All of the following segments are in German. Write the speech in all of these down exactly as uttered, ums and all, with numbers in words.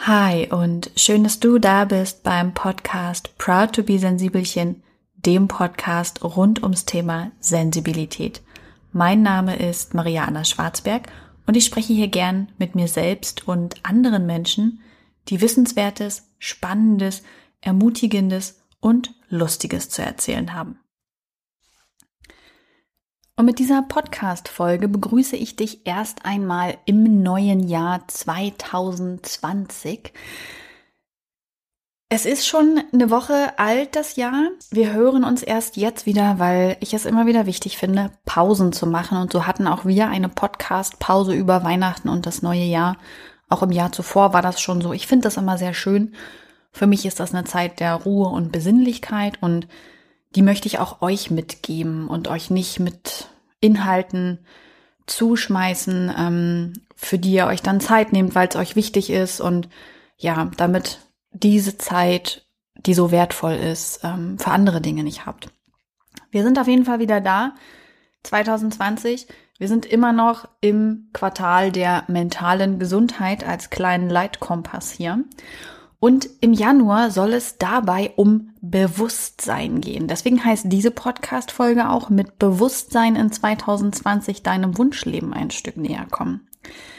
Hi und schön, dass du da bist beim Podcast Proud to be Sensibelchen, dem Podcast rund ums Thema Sensibilität. Mein Name ist Maria Anna Schwarzberg und ich spreche hier gern mit mir selbst und anderen Menschen, die Wissenswertes, Spannendes, Ermutigendes und Lustiges zu erzählen haben. Und mit dieser Podcast-Folge begrüße ich dich erst einmal im neuen Jahr zwanzig zwanzig. Es ist schon eine Woche alt, das Jahr. Wir hören uns erst jetzt wieder, weil ich es immer wieder wichtig finde, Pausen zu machen. Und so hatten auch wir eine Podcast-Pause über Weihnachten und das neue Jahr. Auch im Jahr zuvor war das schon so. Ich finde das immer sehr schön. Für mich ist das eine Zeit der Ruhe und Besinnlichkeit und die möchte ich auch euch mitgeben und euch nicht mit Inhalten zuschmeißen, ähm, für die ihr euch dann Zeit nehmt, weil es euch wichtig ist und ja, damit diese Zeit, die so wertvoll ist, ähm, für andere Dinge nicht habt. Wir sind auf jeden Fall wieder da, zwanzig zwanzig. Wir sind immer noch im Quartal der mentalen Gesundheit als kleinen Leitkompass hier. Und im Januar soll es dabei um Bewusstsein gehen. Deswegen heißt diese Podcast-Folge auch mit Bewusstsein in zwanzig zwanzig deinem Wunschleben ein Stück näher kommen.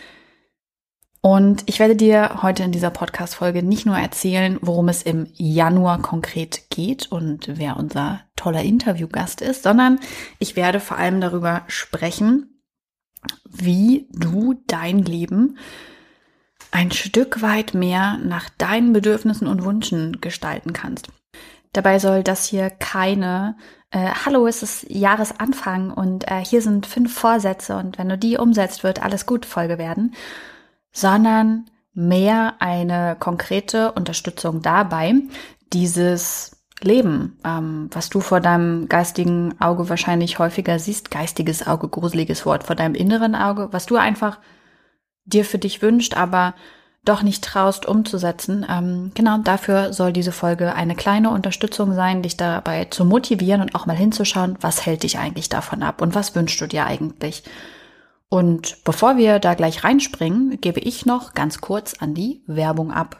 Und ich werde dir heute in dieser Podcast-Folge nicht nur erzählen, worum es im Januar konkret geht und wer unser toller Interviewgast ist, sondern ich werde vor allem darüber sprechen, wie du dein Leben ein Stück weit mehr nach deinen Bedürfnissen und Wünschen gestalten kannst. Dabei soll das hier keine äh, Hallo, es ist Jahresanfang und äh, hier sind fünf Vorsätze und wenn du die umsetzt, wird alles gut Folge werden, sondern mehr eine konkrete Unterstützung dabei, dieses Leben, ähm, was du vor deinem geistigen Auge wahrscheinlich häufiger siehst, geistiges Auge, gruseliges Wort, vor deinem inneren Auge, was du einfach dir für dich wünscht, aber doch nicht traust umzusetzen. Ähm, genau dafür soll diese Folge eine kleine Unterstützung sein, dich dabei zu motivieren und auch mal hinzuschauen, was hält dich eigentlich davon ab und was wünschst du dir eigentlich. Und bevor wir da gleich reinspringen, gebe ich noch ganz kurz an die Werbung ab.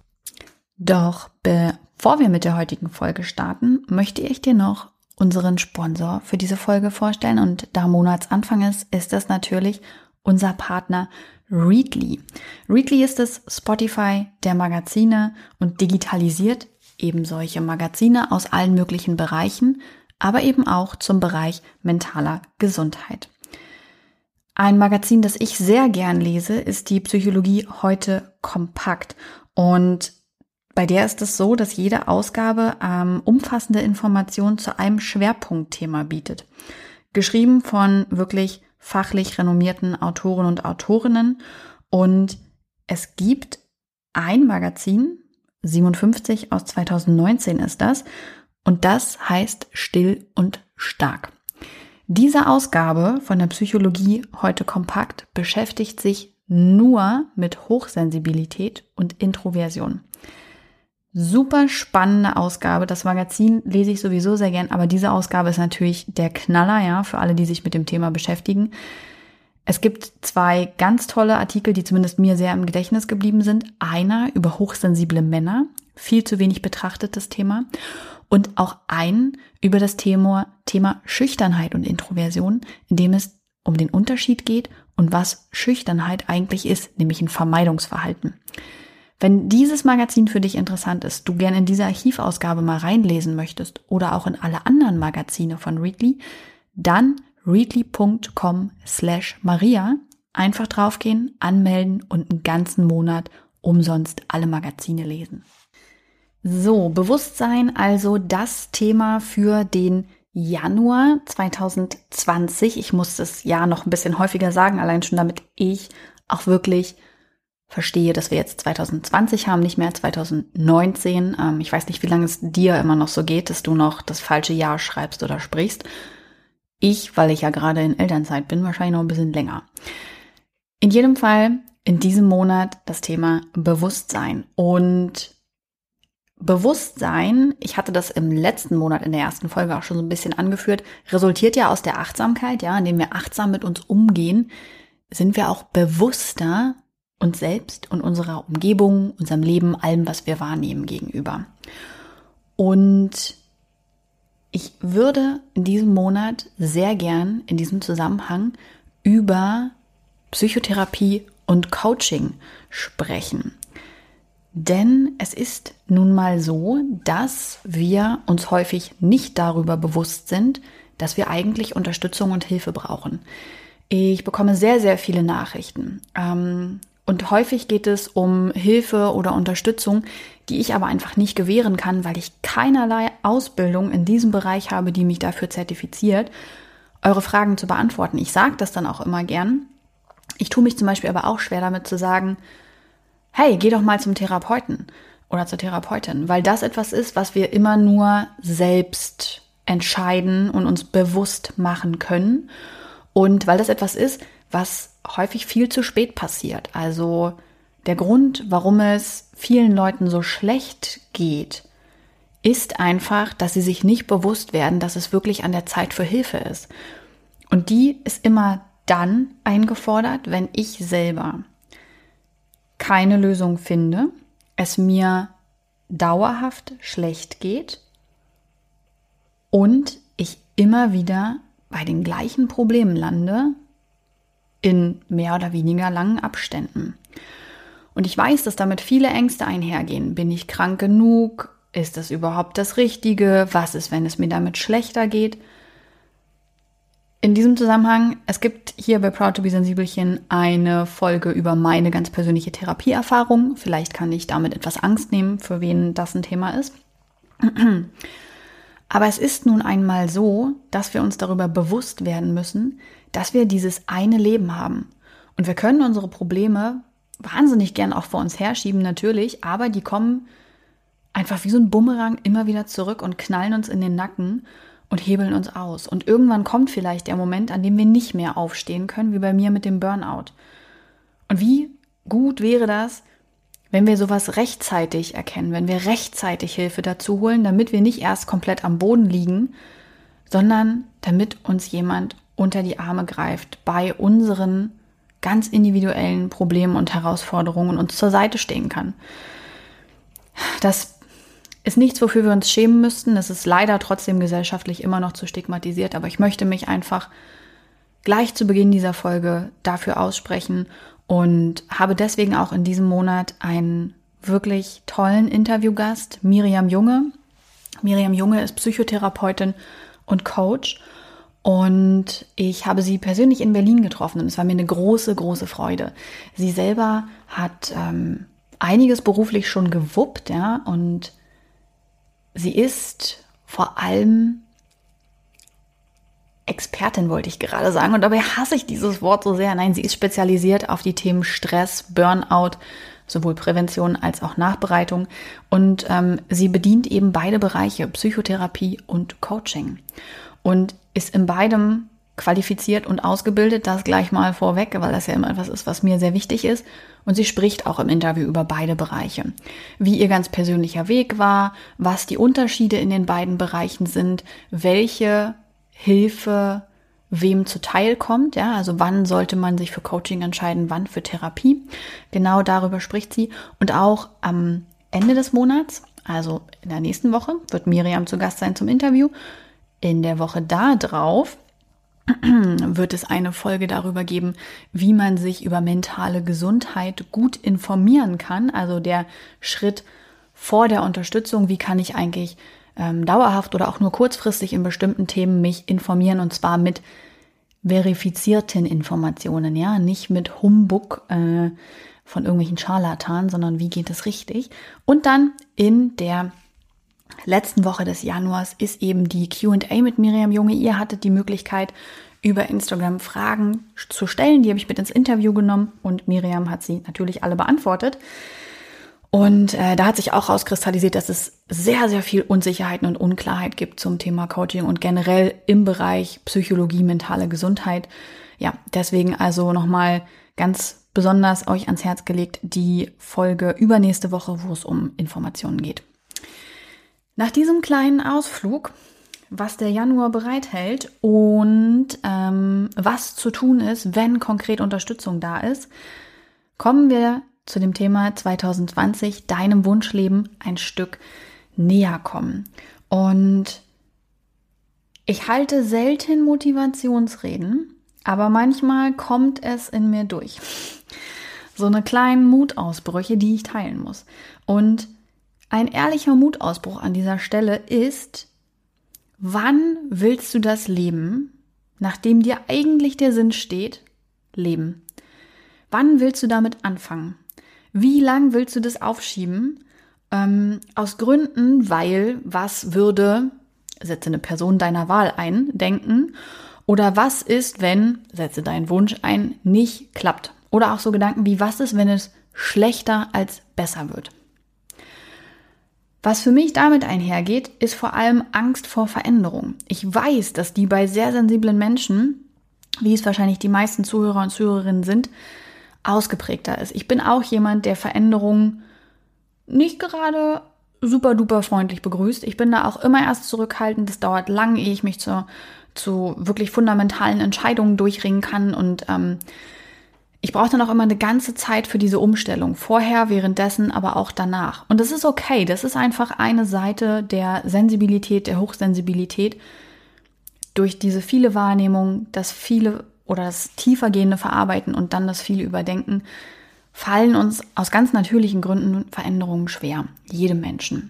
Doch bevor wir mit der heutigen Folge starten, möchte ich dir noch unseren Sponsor für diese Folge vorstellen. Und da Monatsanfang ist, ist das natürlich unser Partner Readly. Readly ist das Spotify der Magazine und digitalisiert eben solche Magazine aus allen möglichen Bereichen, aber eben auch zum Bereich mentaler Gesundheit. Ein Magazin, das ich sehr gern lese, ist die Psychologie heute kompakt. Und bei der ist es so, dass jede Ausgabe ähm, umfassende Informationen zu einem Schwerpunktthema bietet. Geschrieben von wirklich fachlich renommierten Autoren und Autorinnen. Und es gibt ein Magazin, siebenundfünfzig aus zwanzig neunzehn ist das, und das heißt Still und Stark. Diese Ausgabe von der Psychologie heute kompakt beschäftigt sich nur mit Hochsensibilität und Introversion. Super spannende Ausgabe. Das Magazin lese ich sowieso sehr gern, aber diese Ausgabe ist natürlich der Knaller, ja, für alle, die sich mit dem Thema beschäftigen. Es gibt zwei ganz tolle Artikel, die zumindest mir sehr im Gedächtnis geblieben sind. Einer über hochsensible Männer, viel zu wenig betrachtetes Thema. Und auch einen über das Thema, Thema Schüchternheit und Introversion, in dem es um den Unterschied geht und was Schüchternheit eigentlich ist, nämlich ein Vermeidungsverhalten. Wenn dieses Magazin für dich interessant ist, du gerne in diese Archivausgabe mal reinlesen möchtest oder auch in alle anderen Magazine von Readly, dann readly punkt com slash maria. Einfach draufgehen, anmelden und einen ganzen Monat umsonst alle Magazine lesen. So, Bewusstsein, also das Thema für den Januar zwanzig zwanzig. Ich muss das Jahr noch ein bisschen häufiger sagen, allein schon damit ich auch wirklich verstehe, dass wir jetzt zwanzig zwanzig haben, nicht mehr zwanzig neunzehn. Ähm, ich weiß nicht, wie lange es dir immer noch so geht, dass du noch das falsche Jahr schreibst oder sprichst. Ich, weil ich ja gerade in Elternzeit bin, wahrscheinlich noch ein bisschen länger. In jedem Fall in diesem Monat das Thema Bewusstsein. Und Bewusstsein, ich hatte das im letzten Monat in der ersten Folge auch schon so ein bisschen angeführt, resultiert ja aus der Achtsamkeit, ja, indem wir achtsam mit uns umgehen, sind wir auch bewusster uns selbst und unserer Umgebung, unserem Leben, allem, was wir wahrnehmen gegenüber. Und ich würde in diesem Monat sehr gern in diesem Zusammenhang über Psychotherapie und Coaching sprechen. Denn es ist nun mal so, dass wir uns häufig nicht darüber bewusst sind, dass wir eigentlich Unterstützung und Hilfe brauchen. Ich bekomme sehr, sehr viele Nachrichten. Ähm, und häufig geht es um Hilfe oder Unterstützung, die ich aber einfach nicht gewähren kann, weil ich keinerlei Ausbildung in diesem Bereich habe, die mich dafür zertifiziert, eure Fragen zu beantworten. Ich sage das dann auch immer gern. Ich tue mich zum Beispiel aber auch schwer damit zu sagen, hey, geh doch mal zum Therapeuten oder zur Therapeutin, weil das etwas ist, was wir immer nur selbst entscheiden und uns bewusst machen können. Und weil das etwas ist, was häufig viel zu spät passiert. Also der Grund, warum es vielen Leuten so schlecht geht, ist einfach, dass sie sich nicht bewusst werden, dass es wirklich an der Zeit für Hilfe ist. Und die ist immer dann eingefordert, wenn ich selber keine Lösung finde, es mir dauerhaft schlecht geht und ich immer wieder bei den gleichen Problemen lande in mehr oder weniger langen Abständen. Und ich weiß, dass damit viele Ängste einhergehen. Bin ich krank genug? Ist das überhaupt das Richtige? Was ist, wenn es mir damit schlechter geht? In diesem Zusammenhang, es gibt hier bei Proud to be Sensibelchen eine Folge über meine ganz persönliche Therapieerfahrung. Vielleicht kann ich damit etwas Angst nehmen, für wen das ein Thema ist. Aber es ist nun einmal so, dass wir uns darüber bewusst werden müssen, dass wir dieses eine Leben haben. Und wir können unsere Probleme wahnsinnig gern auch vor uns herschieben, natürlich, aber die kommen einfach wie so ein Bumerang immer wieder zurück und knallen uns in den Nacken und hebeln uns aus. Und irgendwann kommt vielleicht der Moment, an dem wir nicht mehr aufstehen können, wie bei mir mit dem Burnout. Und wie gut wäre das, wenn wir sowas rechtzeitig erkennen, wenn wir rechtzeitig Hilfe dazu holen, damit wir nicht erst komplett am Boden liegen, sondern damit uns jemand unter die Arme greift bei unseren ganz individuellen Problemen und Herausforderungen und uns zur Seite stehen kann. Das ist nichts, wofür wir uns schämen müssten. Es ist leider trotzdem gesellschaftlich immer noch zu stigmatisiert, aber ich möchte mich einfach gleich zu Beginn dieser Folge dafür aussprechen und habe deswegen auch in diesem Monat einen wirklich tollen Interviewgast, Miriam Junge. Miriam Junge ist Psychotherapeutin und Coach und ich habe sie persönlich in Berlin getroffen und es war mir eine große, große Freude. Sie selber hat ähm, einiges beruflich schon gewuppt, ja, und sie ist vor allem Expertin, wollte ich gerade sagen. Und dabei hasse ich dieses Wort so sehr. Nein, sie ist spezialisiert auf die Themen Stress, Burnout, sowohl Prävention als auch Nachbereitung. Und ähm, sie bedient eben beide Bereiche, Psychotherapie und Coaching. Und ist in beidem qualifiziert und ausgebildet, das gleich mal vorweg, weil das ja immer etwas ist, was mir sehr wichtig ist. Und sie spricht auch im Interview über beide Bereiche. Wie ihr ganz persönlicher Weg war, was die Unterschiede in den beiden Bereichen sind, welche Hilfe wem zuteil kommt, ja, also wann sollte man sich für Coaching entscheiden, wann für Therapie. Genau darüber spricht sie. Und auch am Ende des Monats, also in der nächsten Woche, wird Miriam zu Gast sein zum Interview. In der Woche da drauf wird es eine Folge darüber geben, wie man sich über mentale Gesundheit gut informieren kann. Also der Schritt vor der Unterstützung, wie kann ich eigentlich ähm, dauerhaft oder auch nur kurzfristig in bestimmten Themen mich informieren, und zwar mit verifizierten Informationen, ja, nicht mit Humbug äh, von irgendwelchen Scharlatanen, sondern wie geht es richtig. Und dann in der letzten Woche des Januars ist eben die Q und A mit Miriam Junge. Ihr hattet die Möglichkeit, über Instagram Fragen zu stellen. Die habe ich mit ins Interview genommen und Miriam hat sie natürlich alle beantwortet. Und äh, da hat sich auch rauskristallisiert, dass es sehr, sehr viel Unsicherheiten und Unklarheit gibt zum Thema Coaching und generell im Bereich Psychologie, mentale Gesundheit. Ja, deswegen also nochmal ganz besonders euch ans Herz gelegt, die Folge übernächste Woche, wo es um Informationen geht. Nach diesem kleinen Ausflug, was der Januar bereithält und ähm, was zu tun ist, wenn konkret Unterstützung da ist, kommen wir zu dem Thema zwanzig zwanzig, deinem Wunschleben ein Stück näher kommen. Und ich halte selten Motivationsreden, aber manchmal kommt es in mir durch. So eine kleinen Mutausbrüche, die ich teilen muss. Und ein ehrlicher Mutausbruch an dieser Stelle ist: Wann willst du das Leben, nachdem dir eigentlich der Sinn steht, leben? Wann willst du damit anfangen? Wie lang willst du das aufschieben? Ähm, aus Gründen, weil was würde, setze eine Person deiner Wahl ein, denken, oder was ist, wenn, setze deinen Wunsch ein, nicht klappt? Oder auch so Gedanken wie, was ist, wenn es schlechter als besser wird? Was für mich damit einhergeht, ist vor allem Angst vor Veränderung. Ich weiß, dass die bei sehr sensiblen Menschen, wie es wahrscheinlich die meisten Zuhörer und Zuhörerinnen sind, ausgeprägter ist. Ich bin auch jemand, der Veränderungen nicht gerade super duper freundlich begrüßt. Ich bin da auch immer erst zurückhaltend. Es dauert lang, ehe ich mich zu, zu wirklich fundamentalen Entscheidungen durchringen kann. Und ähm, ich brauche dann auch immer eine ganze Zeit für diese Umstellung. Vorher, währenddessen, aber auch danach. Und das ist okay. Das ist einfach eine Seite der Sensibilität, der Hochsensibilität. Durch diese viele Wahrnehmung, das viele oder das tiefergehende Verarbeiten und dann das viele Überdenken, fallen uns aus ganz natürlichen Gründen Veränderungen schwer. Jedem Menschen.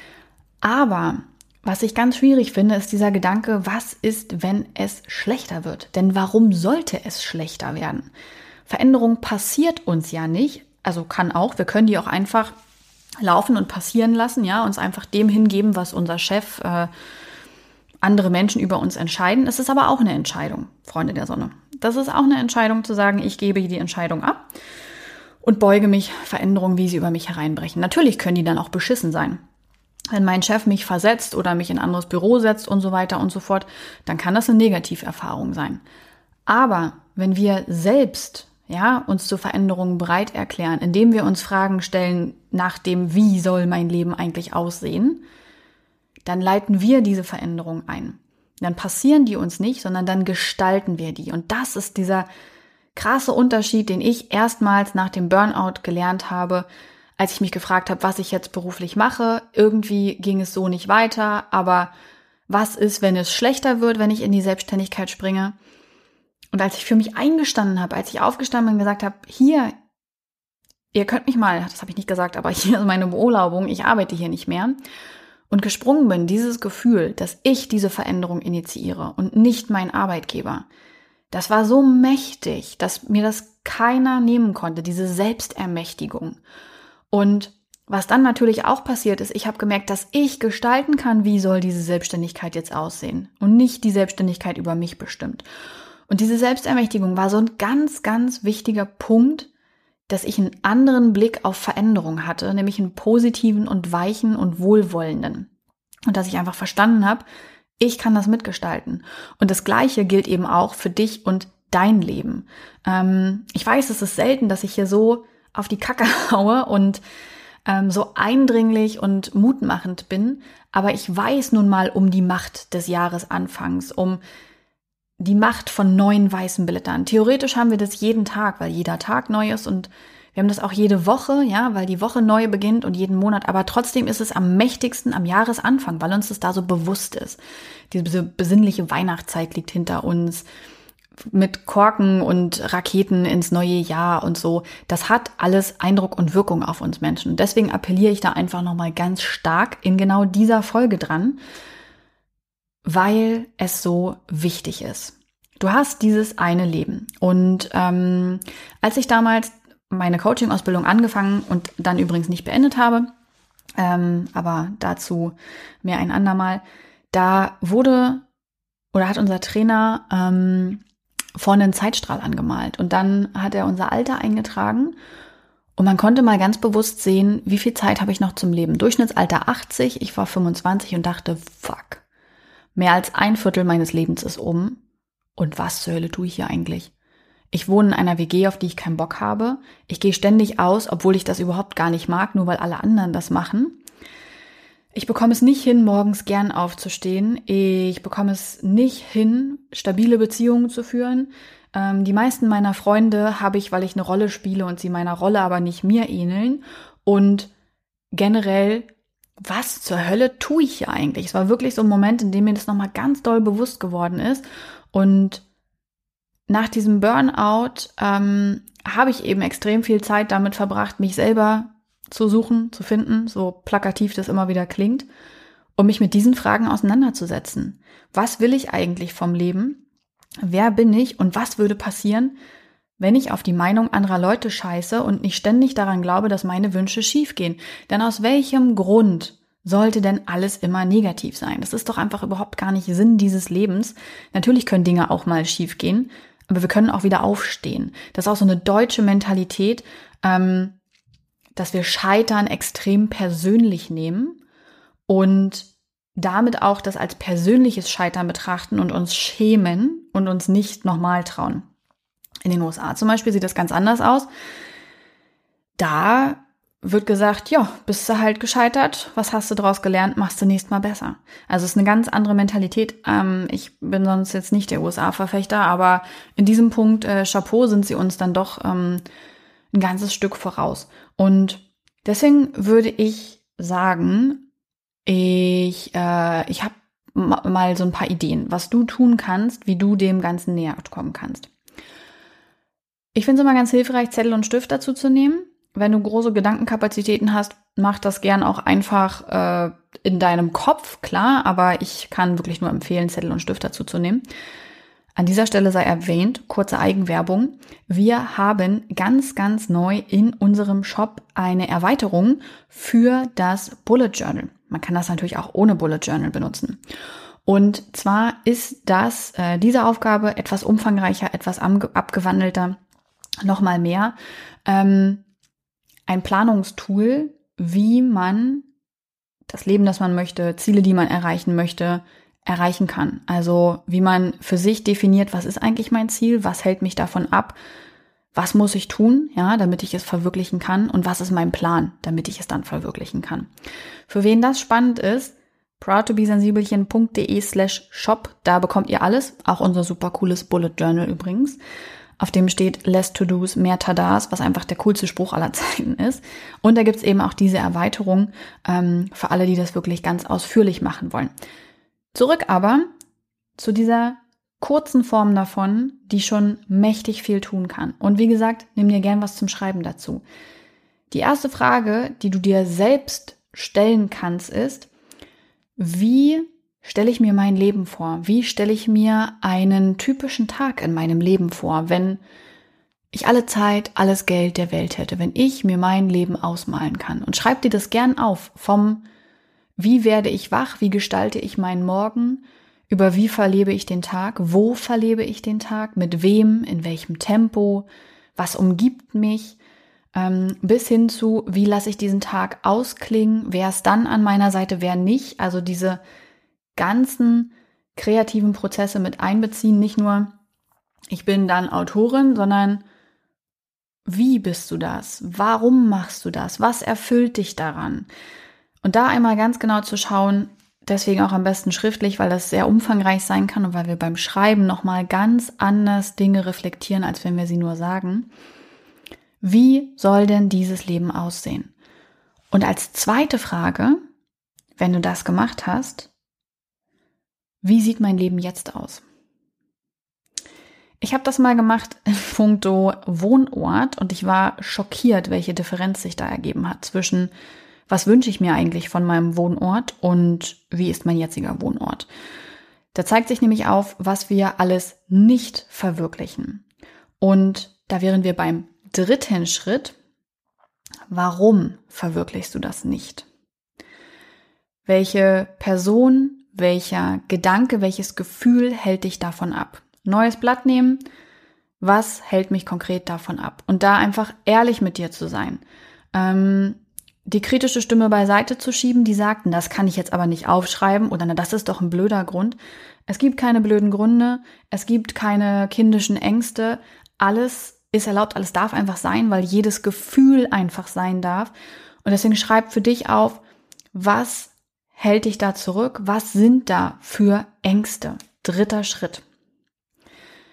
Aber was ich ganz schwierig finde, ist dieser Gedanke, was ist, wenn es schlechter wird? Denn warum sollte es schlechter werden? Veränderung passiert uns ja nicht, also kann auch, wir können die auch einfach laufen und passieren lassen, ja, uns einfach dem hingeben, was unser Chef, äh, andere Menschen über uns entscheiden. Es ist aber auch eine Entscheidung, Freunde der Sonne. Das ist auch eine Entscheidung zu sagen, ich gebe die Entscheidung ab und beuge mich Veränderungen, wie sie über mich hereinbrechen. Natürlich können die dann auch beschissen sein. Wenn mein Chef mich versetzt oder mich in ein anderes Büro setzt und so weiter und so fort, dann kann das eine Negativerfahrung sein. Aber wenn wir selbst ja, uns zu Veränderungen bereit erklären, indem wir uns Fragen stellen nach dem, wie soll mein Leben eigentlich aussehen, dann leiten wir diese Veränderung ein. Dann passieren die uns nicht, sondern dann gestalten wir die. Und das ist dieser krasse Unterschied, den ich erstmals nach dem Burnout gelernt habe, als ich mich gefragt habe, was ich jetzt beruflich mache. Irgendwie ging es so nicht weiter, aber was ist, wenn es schlechter wird, wenn ich in die Selbstständigkeit springe? Und als ich für mich eingestanden habe, als ich aufgestanden bin und gesagt habe, hier, ihr könnt mich mal, das habe ich nicht gesagt, aber hier ist meine Beurlaubung, ich arbeite hier nicht mehr, und gesprungen bin, dieses Gefühl, dass ich diese Veränderung initiiere und nicht mein Arbeitgeber, das war so mächtig, dass mir das keiner nehmen konnte, diese Selbstermächtigung. Und was dann natürlich auch passiert ist, ich habe gemerkt, dass ich gestalten kann, wie soll diese Selbstständigkeit jetzt aussehen und nicht die Selbstständigkeit über mich bestimmt. Und diese Selbstermächtigung war so ein ganz, ganz wichtiger Punkt, dass ich einen anderen Blick auf Veränderung hatte, nämlich einen positiven und weichen und wohlwollenden. Und dass ich einfach verstanden habe, ich kann das mitgestalten. Und das Gleiche gilt eben auch für dich und dein Leben. Ähm, ich weiß, es ist selten, dass ich hier so auf die Kacke haue und ähm, so eindringlich und mutmachend bin, aber ich weiß nun mal um die Macht des Jahresanfangs, um die Macht von neuen weißen Blättern. Theoretisch haben wir das jeden Tag, weil jeder Tag neu ist, und wir haben das auch jede Woche, ja, weil die Woche neu beginnt und jeden Monat. Aber trotzdem ist es am mächtigsten am Jahresanfang, weil uns das da so bewusst ist. Diese besinnliche Weihnachtszeit liegt hinter uns mit Korken und Raketen ins neue Jahr und so. Das hat alles Eindruck und Wirkung auf uns Menschen. Und deswegen appelliere ich da einfach nochmal ganz stark in genau dieser Folge dran, weil es so wichtig ist. Du hast dieses eine Leben. Und ähm, als ich damals meine Coaching-Ausbildung angefangen und dann übrigens nicht beendet habe, ähm, aber dazu mehr ein andermal, da wurde oder hat unser Trainer ähm, vorne einen Zeitstrahl angemalt. Und dann hat er unser Alter eingetragen und man konnte mal ganz bewusst sehen, wie viel Zeit habe ich noch zum Leben. Durchschnittsalter achtzig, ich war fünfundzwanzig und dachte, fuck. Mehr als ein Viertel meines Lebens ist um. Und was zur Hölle tue ich hier eigentlich? Ich wohne in einer W G, auf die ich keinen Bock habe. Ich gehe ständig aus, obwohl ich das überhaupt gar nicht mag, nur weil alle anderen das machen. Ich bekomme es nicht hin, morgens gern aufzustehen. Ich bekomme es nicht hin, stabile Beziehungen zu führen. Ähm, die meisten meiner Freunde habe ich, weil ich eine Rolle spiele und sie meiner Rolle aber nicht mir ähneln. Und generell, was zur Hölle tue ich hier eigentlich? Es war wirklich so ein Moment, in dem mir das nochmal ganz doll bewusst geworden ist. Und nach diesem Burnout ähm, habe ich eben extrem viel Zeit damit verbracht, mich selber zu suchen, zu finden, so plakativ das immer wieder klingt, um mich mit diesen Fragen auseinanderzusetzen. Was will ich eigentlich vom Leben? Wer bin ich und was würde passieren, wenn ich auf die Meinung anderer Leute scheiße und nicht ständig daran glaube, dass meine Wünsche schiefgehen? Denn aus welchem Grund sollte denn alles immer negativ sein? Das ist doch einfach überhaupt gar nicht Sinn dieses Lebens. Natürlich können Dinge auch mal schiefgehen, aber wir können auch wieder aufstehen. Das ist auch so eine deutsche Mentalität, ähm, dass wir Scheitern extrem persönlich nehmen und damit auch das als persönliches Scheitern betrachten und uns schämen und uns nicht nochmal trauen. In den U S A zum Beispiel sieht das ganz anders aus. Da wird gesagt, ja, bist du halt gescheitert, was hast du daraus gelernt, machst du nächstes Mal besser. Also es ist eine ganz andere Mentalität. Ähm, ich bin sonst jetzt nicht der U S A-Verfechter, aber in diesem Punkt, äh, Chapeau, sind sie uns dann doch ähm, ein ganzes Stück voraus. Und deswegen würde ich sagen, ich, äh, ich habe ma- mal so ein paar Ideen, was du tun kannst, wie du dem Ganzen näher kommen kannst. Ich finde es immer ganz hilfreich, Zettel und Stift dazu zu nehmen. Wenn du große Gedankenkapazitäten hast, mach das gern auch einfach äh, in deinem Kopf, klar, aber ich kann wirklich nur empfehlen, Zettel und Stift dazu zu nehmen. An dieser Stelle sei erwähnt, kurze Eigenwerbung, wir haben ganz, ganz neu in unserem Shop eine Erweiterung für das Bullet Journal. Man kann das natürlich auch ohne Bullet Journal benutzen. Und zwar ist das, äh, diese Aufgabe etwas umfangreicher, etwas abgewandelter, nochmal mehr. Ähm, ein Planungstool, wie man das Leben, das man möchte, Ziele, die man erreichen möchte, erreichen kann. Also wie man für sich definiert, was ist eigentlich mein Ziel, was hält mich davon ab, was muss ich tun, ja, damit ich es verwirklichen kann und was ist mein Plan, damit ich es dann verwirklichen kann. Für wen das spannend ist, proudtobesensibelchen.de slash shop, da bekommt ihr alles, auch unser super cooles Bullet Journal übrigens, auf dem steht less to-dos, mehr Tadas, was einfach der coolste Spruch aller Zeiten ist. Und da gibt's eben auch diese Erweiterung ähm, für alle, die das wirklich ganz ausführlich machen wollen. Zurück aber zu dieser kurzen Form davon, die schon mächtig viel tun kann. Und wie gesagt, nimm dir gern was zum Schreiben dazu. Die erste Frage, die du dir selbst stellen kannst, ist, wie stelle ich mir mein Leben vor? Wie stelle ich mir einen typischen Tag in meinem Leben vor, wenn ich alle Zeit, alles Geld der Welt hätte, wenn ich mir mein Leben ausmalen kann? Und schreib dir das gern auf, vom wie werde ich wach, wie gestalte ich meinen Morgen, über wie verlebe ich den Tag, wo verlebe ich den Tag, mit wem, in welchem Tempo, was umgibt mich, ähm, bis hin zu, wie lasse ich diesen Tag ausklingen, wer ist dann an meiner Seite, wer nicht, also diese ganzen kreativen Prozesse mit einbeziehen, nicht nur, ich bin dann Autorin, sondern wie bist du das? Warum machst du das? Was erfüllt dich daran? Und da einmal ganz genau zu schauen, deswegen auch am besten schriftlich, weil das sehr umfangreich sein kann und weil wir beim Schreiben nochmal ganz anders Dinge reflektieren, als wenn wir sie nur sagen. Wie soll denn dieses Leben aussehen? Und als zweite Frage, wenn du das gemacht hast, wie sieht mein Leben jetzt aus? Ich habe das mal gemacht in puncto Wohnort und ich war schockiert, welche Differenz sich da ergeben hat zwischen was wünsche ich mir eigentlich von meinem Wohnort und wie ist mein jetziger Wohnort. Da zeigt sich nämlich auf, was wir alles nicht verwirklichen. Und da wären wir beim dritten Schritt. Warum verwirklichst du das nicht? Welche Person, welcher Gedanke, welches Gefühl hält dich davon ab? Neues Blatt nehmen, was hält mich konkret davon ab? Und da einfach ehrlich mit dir zu sein. Ähm, die kritische Stimme beiseite zu schieben, die sagten, das kann ich jetzt aber nicht aufschreiben oder na, das ist doch ein blöder Grund. Es gibt keine blöden Gründe, es gibt keine kindischen Ängste, alles ist erlaubt, alles darf einfach sein, weil jedes Gefühl einfach sein darf. Und deswegen schreib für dich auf, was hält dich da zurück, was sind da für Ängste? Dritter Schritt.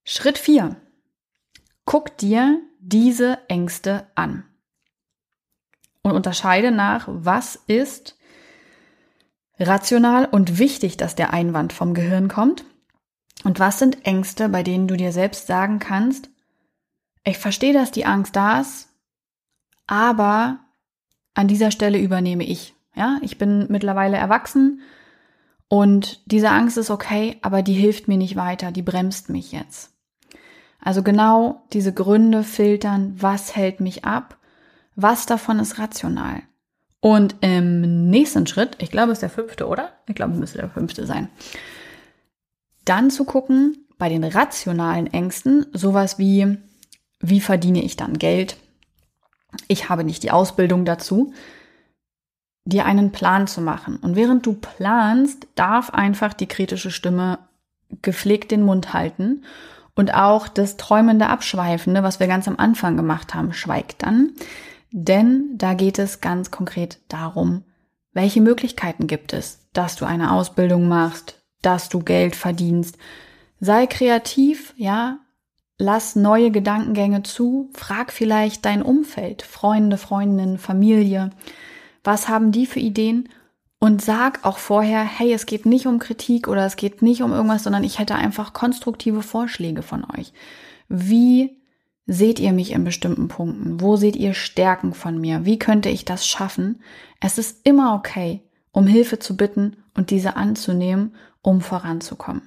Schritt vier. Guck dir diese Ängste an und unterscheide nach, was ist rational und wichtig, dass der Einwand vom Gehirn kommt und was sind Ängste, bei denen du dir selbst sagen kannst, ich verstehe, dass die Angst da ist, aber an dieser Stelle übernehme ich. Ja, ich bin mittlerweile erwachsen und diese Angst ist okay, aber die hilft mir nicht weiter, die bremst mich jetzt. Also genau diese Gründe filtern, was hält mich ab, was davon ist rational. Und im nächsten Schritt, ich glaube, es ist der fünfte, oder? Ich glaube, es müsste der fünfte sein. Dann zu gucken, bei den rationalen Ängsten, sowas wie, wie verdiene ich dann Geld? Ich habe nicht die Ausbildung dazu, dir einen Plan zu machen. Und während du planst, darf einfach die kritische Stimme gepflegt den Mund halten. Und auch das träumende Abschweifende, was wir ganz am Anfang gemacht haben, schweigt dann. Denn da geht es ganz konkret darum, welche Möglichkeiten gibt es, dass du eine Ausbildung machst, dass du Geld verdienst. Sei kreativ, ja, lass neue Gedankengänge zu, frag vielleicht dein Umfeld, Freunde, Freundinnen, Familie. Was haben die für Ideen? Und sag auch vorher, hey, es geht nicht um Kritik oder es geht nicht um irgendwas, sondern ich hätte einfach konstruktive Vorschläge von euch. Wie seht ihr mich in bestimmten Punkten? Wo seht ihr Stärken von mir? Wie könnte ich das schaffen? Es ist immer okay, um Hilfe zu bitten und diese anzunehmen, um voranzukommen.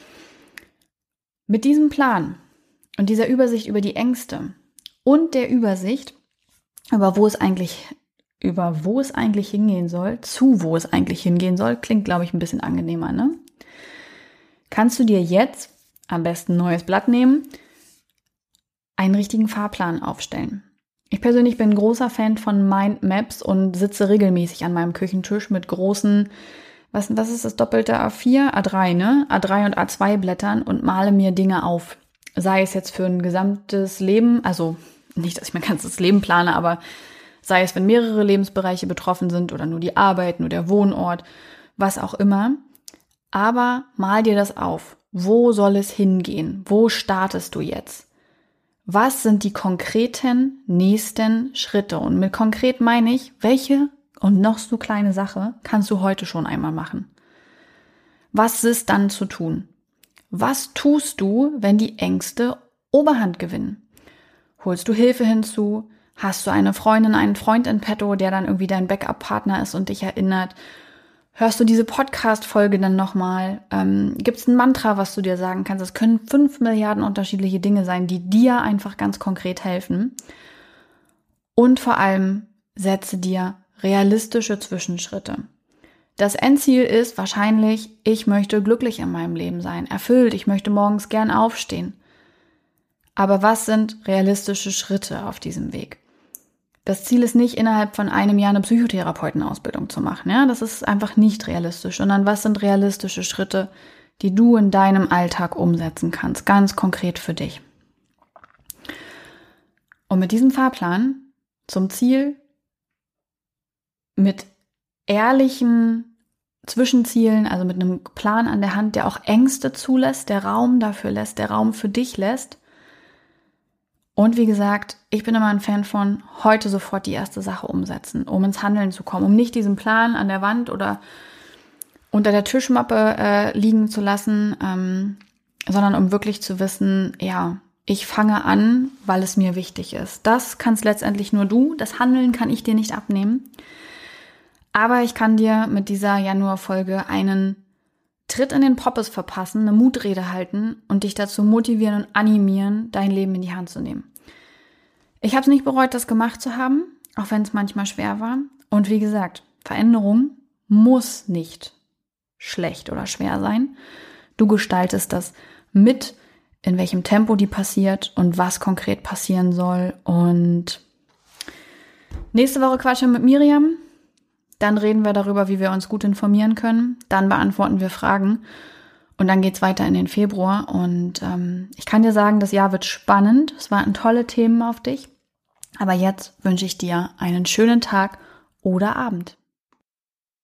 Mit diesem Plan und dieser Übersicht über die Ängste und der Übersicht über wo es eigentlich über wo es eigentlich hingehen soll, zu wo es eigentlich hingehen soll, klingt, glaube ich, ein bisschen angenehmer, ne? Kannst du dir jetzt am besten ein neues Blatt nehmen, einen richtigen Fahrplan aufstellen. Ich persönlich bin ein großer Fan von Mindmaps und sitze regelmäßig an meinem Küchentisch mit großen, was, was ist das doppelte A vier? A drei, ne? A drei und A zwei Blättern und male mir Dinge auf. Sei es jetzt für ein gesamtes Leben, also nicht, dass ich mein ganzes Leben plane, aber sei es, wenn mehrere Lebensbereiche betroffen sind oder nur die Arbeit, nur der Wohnort, was auch immer. Aber mal dir das auf. Wo soll es hingehen? Wo startest du jetzt? Was sind die konkreten nächsten Schritte? Und mit konkret meine ich, welche und noch so kleine Sache kannst du heute schon einmal machen? Was ist dann zu tun? Was tust du, wenn die Ängste Oberhand gewinnen? Holst du Hilfe hinzu? Hast du eine Freundin, einen Freund in petto, der dann irgendwie dein Backup-Partner ist und dich erinnert? Hörst du diese Podcast-Folge dann nochmal? Ähm, Gibt es ein Mantra, was du dir sagen kannst? Es können fünf Milliarden unterschiedliche Dinge sein, die dir einfach ganz konkret helfen. Und vor allem setze dir realistische Zwischenschritte. Das Endziel ist wahrscheinlich, ich möchte glücklich in meinem Leben sein, erfüllt, ich möchte morgens gern aufstehen. Aber was sind realistische Schritte auf diesem Weg? Das Ziel ist nicht, innerhalb von einem Jahr eine Psychotherapeutenausbildung zu machen. Ja? Das ist einfach nicht realistisch, sondern was sind realistische Schritte, die du in deinem Alltag umsetzen kannst, ganz konkret für dich. Und mit diesem Fahrplan zum Ziel, mit ehrlichen Zwischenzielen, also mit einem Plan an der Hand, der auch Ängste zulässt, der Raum dafür lässt, der Raum für dich lässt. Und wie gesagt, ich bin immer ein Fan von heute sofort die erste Sache umsetzen, um ins Handeln zu kommen, um nicht diesen Plan an der Wand oder unter der Tischmappe äh, liegen zu lassen, ähm, sondern um wirklich zu wissen, ja, ich fange an, weil es mir wichtig ist. Das kannst letztendlich nur du, das Handeln kann ich dir nicht abnehmen. Aber ich kann dir mit dieser Januarfolge einen Tritt in den Poppes verpassen, eine Mutrede halten und dich dazu motivieren und animieren, dein Leben in die Hand zu nehmen. Ich habe es nicht bereut, das gemacht zu haben, auch wenn es manchmal schwer war. Und wie gesagt, Veränderung muss nicht schlecht oder schwer sein. Du gestaltest das mit, in welchem Tempo die passiert und was konkret passieren soll. Und nächste Woche quatschen wir mit Miriam. Dann reden wir darüber, wie wir uns gut informieren können. Dann beantworten wir Fragen. Und dann geht's weiter in den Februar. Und ähm, ich kann dir sagen, das Jahr wird spannend. Es warten tolle Themen auf dich. Aber jetzt wünsche ich dir einen schönen Tag oder Abend.